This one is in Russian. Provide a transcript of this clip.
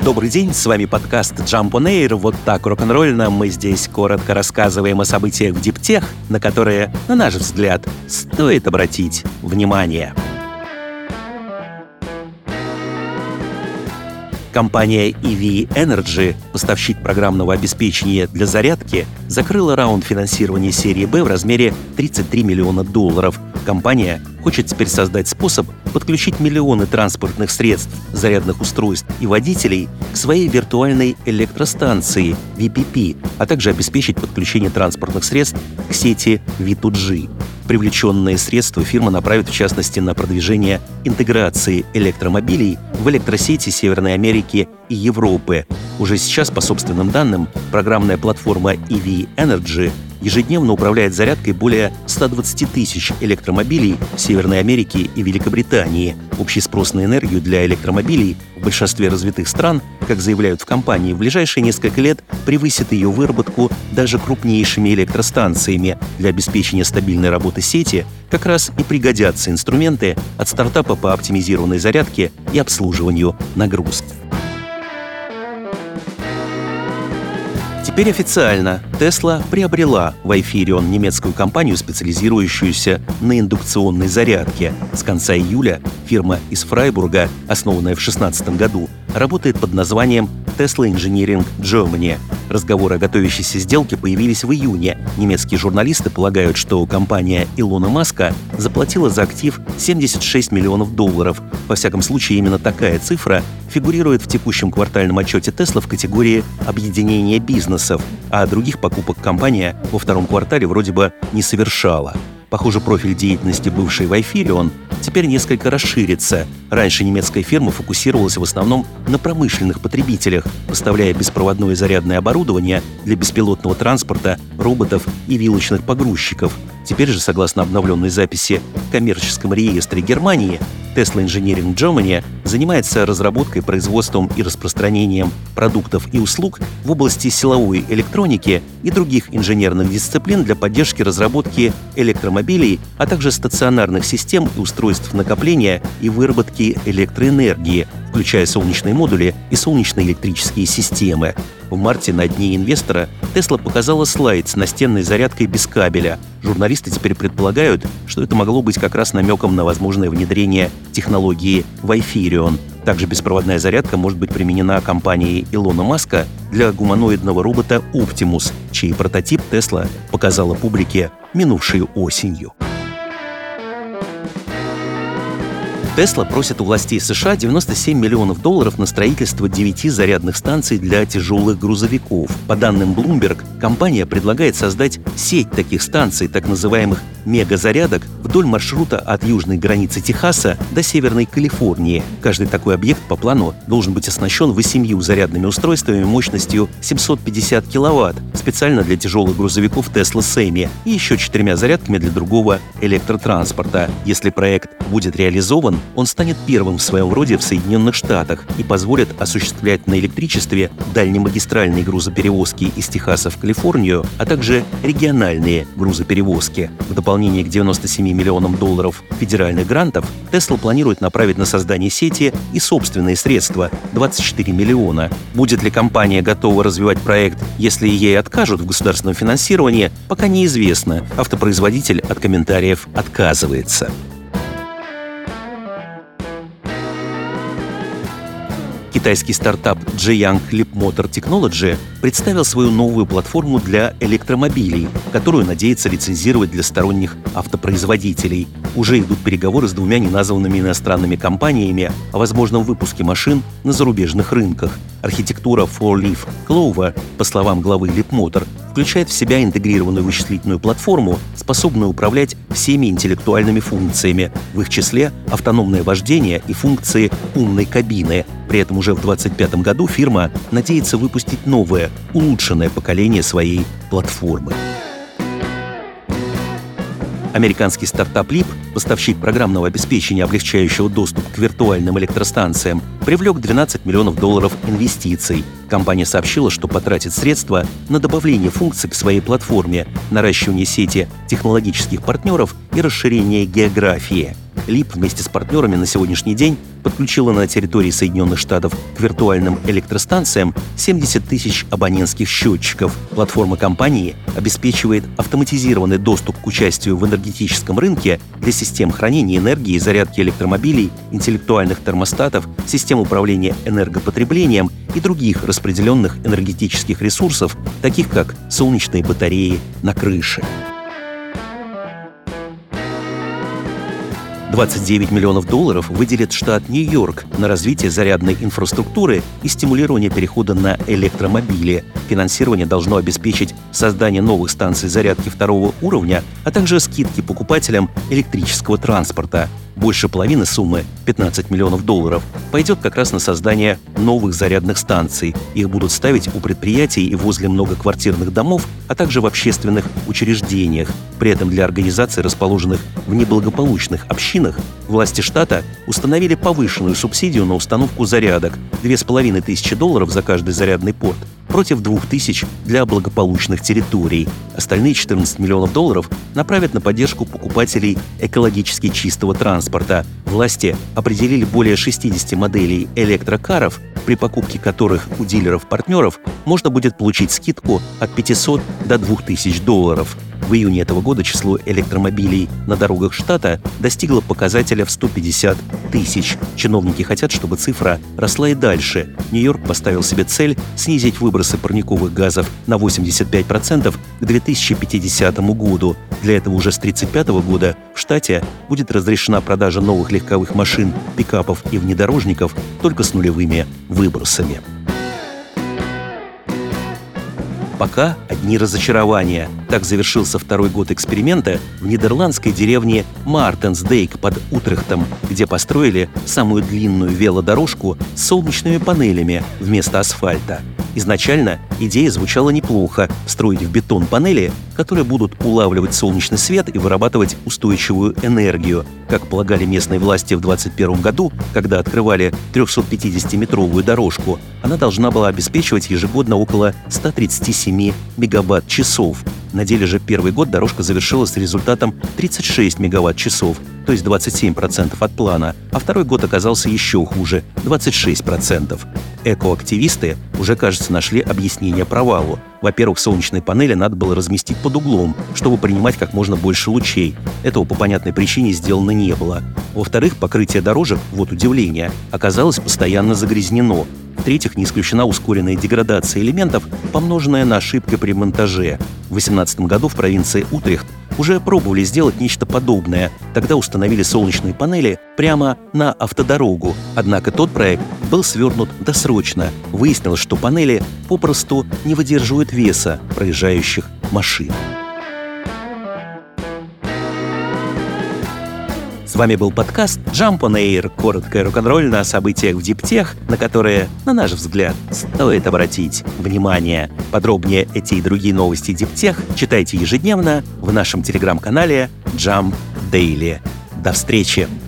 Добрый день, с вами подкаст Jump on Air. Вот так рок-н-ролльно мы здесь коротко рассказываем о событиях в диптех, на которые, на наш взгляд, стоит обратить внимание. Компания EV Energy, поставщик программного обеспечения для зарядки, закрыла раунд финансирования серии Б в размере $33 миллиона. Компания хочет теперь создать способ подключить миллионы транспортных средств, зарядных устройств и водителей к своей виртуальной электростанции VPP, а также обеспечить подключение транспортных средств к сети V2G. Привлеченные средства фирма направит в частности на продвижение интеграции электромобилей в электросети Северной Америки и Европы. Уже сейчас, по собственным данным, программная платформа EV Energy ежедневно управляет зарядкой более 120 тысяч электромобилей в Северной Америке и Великобритании. Общий спрос на энергию для электромобилей в большинстве развитых стран, как заявляют в компании, в ближайшие несколько лет превысит ее выработку даже крупнейшими электростанциями. Для обеспечения стабильной работы сети как раз и пригодятся инструменты от стартапа по оптимизированной зарядке и обслуживанию нагрузки. Теперь официально Tesla приобрела Wiferion, немецкую компанию, специализирующуюся на индукционной зарядке. С конца июля фирма из Фрайбурга, основанная в 2016 году, работает под названием Tesla Engineering Germany. Разговоры о готовящейся сделке появились в июне. Немецкие журналисты полагают, что компания Илона Маска заплатила за актив $76 миллионов. Во всяком случае, именно такая цифра фигурирует в текущем квартальном отчете Tesla в категории объединения бизнесов, а других покупок компания во втором квартале вроде бы не совершала. Похоже, профиль деятельности бывшей Wiferion теперь несколько расширится. Раньше немецкая фирма фокусировалась в основном на промышленных потребителях, поставляя беспроводное зарядное оборудование для беспилотного транспорта, роботов и вилочных погрузчиков. Теперь же, согласно обновленной записи в коммерческом реестре Германии, Tesla Engineering Germany занимается разработкой, производством и распространением продуктов и услуг в области силовой электроники и других инженерных дисциплин для поддержки разработки электромобилей, а также стационарных систем и устройств накопления и выработки электроэнергии, включая солнечные модули и солнечные электрические системы. В марте на Дне инвестора Tesla показала слайд с настенной зарядкой без кабеля. Журналисты теперь предполагают, что это могло быть как раз намеком на возможное внедрение технологии Wiferion. Также беспроводная зарядка может быть применена компанией Илона Маска для гуманоидного робота Optimus, чей прототип Tesla показала публике минувшей осенью. Tesla просит у властей США $97 миллионов на строительство 9 зарядных станций для тяжелых грузовиков. По данным Bloomberg, компания предлагает создать сеть таких станций, так называемых мегазарядок, вдоль маршрута от южной границы Техаса до северной Калифорнии. Каждый такой объект по плану должен быть оснащен 8 зарядными устройствами мощностью 750 киловатт, специально для тяжелых грузовиков Tesla Semi, и еще 4 зарядками для другого электротранспорта. Если проект будет реализован, он станет первым в своем роде в Соединенных Штатах и позволит осуществлять на электричестве дальнемагистральные грузоперевозки из Техаса в Калифорнию, а также региональные грузоперевозки. В дополнение к $97 миллионам федеральных грантов, Tesla планирует направить на создание сети и собственные средства – 24 миллиона. Будет ли компания готова развивать проект, если ей откажут в государственном финансировании, пока неизвестно. Автопроизводитель от комментариев отказывается. Китайский стартап Zhejiang Leapmotor Technology представил свою новую платформу для электромобилей, которую надеется лицензировать для сторонних автопроизводителей. Уже идут переговоры с 2 неназванными иностранными компаниями о возможном выпуске машин на зарубежных рынках. Архитектура 4-Leaf Clover, по словам главы Leapmotor, включает в себя интегрированную вычислительную платформу, способную управлять всеми интеллектуальными функциями, в их числе автономное вождение и функции умной кабины. При этом уже в 2025 году фирма надеется выпустить новое, улучшенное поколение своей платформы. Американский стартап Leap, поставщик программного обеспечения, облегчающего доступ к виртуальным электростанциям, привлек $12 миллионов инвестиций. Компания сообщила, что потратит средства на добавление функций к своей платформе, наращивание сети технологических партнеров и расширение географии. ЛИП вместе с партнерами на сегодняшний день подключила на территории Соединенных Штатов к виртуальным электростанциям 70 тысяч абонентских счетчиков. Платформа компании обеспечивает автоматизированный доступ к участию в энергетическом рынке для систем хранения энергии и зарядки электромобилей, интеллектуальных термостатов, систем управления энергопотреблением и других распределенных энергетических ресурсов, таких как солнечные батареи на крыше. 29 миллионов долларов выделит штат Нью-Йорк на развитие зарядной инфраструктуры и стимулирование перехода на электромобили. Финансирование должно обеспечить создание новых станций зарядки второго уровня, а также скидки покупателям электрического транспорта. Больше половины суммы, 15 миллионов долларов, пойдет как раз на создание новых зарядных станций. Их будут ставить у предприятий и возле многоквартирных домов, а также в общественных учреждениях. При этом для организаций, расположенных в неблагополучных общинах, власти штата установили повышенную субсидию на установку зарядок – $2500 за каждый зарядный порт, против 2000 для благополучных территорий. Остальные 14 миллионов долларов направят на поддержку покупателей экологически чистого транспорта. Власти определили более 60 моделей электрокаров, при покупке которых у дилеров-партнеров можно будет получить скидку от $500 до $2000. В июне этого года число электромобилей на дорогах штата достигло показателя в 150 тысяч. Чиновники хотят, чтобы цифра росла и дальше. Нью-Йорк поставил себе цель снизить выбросы парниковых газов на 85% к 2050 году. Для этого уже с 1935 года в штате будет разрешена продажа новых легковых машин, пикапов и внедорожников только с нулевыми выбросами. Пока одни разочарования. Так завершился второй год эксперимента в нидерландской деревне Мартенсдейк под Утрехтом, где построили самую длинную велодорожку с солнечными панелями вместо асфальта. Изначально идея звучала неплохо – строить в бетон панели, которые будут улавливать солнечный свет и вырабатывать устойчивую энергию. Как полагали местные власти в 2021 году, когда открывали 350-метровую дорожку, она должна была обеспечивать ежегодно около 137 мегаватт-часов. На деле же первый год дорожка завершилась с результатом 36 мегаватт-часов, то есть 27% от плана, а второй год оказался еще хуже – 26%. Экоактивисты уже, кажется, нашли объяснение провалу. Во-первых, солнечные панели надо было разместить под углом, чтобы принимать как можно больше лучей. Этого по понятной причине сделано не было. Во-вторых, покрытие дорожек, вот удивление, оказалось постоянно загрязнено. В-третьих, не исключена ускоренная деградация элементов, помноженная на ошибки при монтаже. В 2018 году в провинции Утрехт уже пробовали сделать нечто подобное. Тогда установили солнечные панели прямо на автодорогу. Однако тот проект был свернут досрочно. Выяснилось, что панели попросту не выдерживают веса проезжающих машин. С вами был подкаст Jump on Air. Короткое рок-н-ролльно о событиях в диптех, на которые, на наш взгляд, стоит обратить внимание. Подробнее эти и другие новости диптех читайте ежедневно в нашем телеграм-канале Jump Daily. До встречи!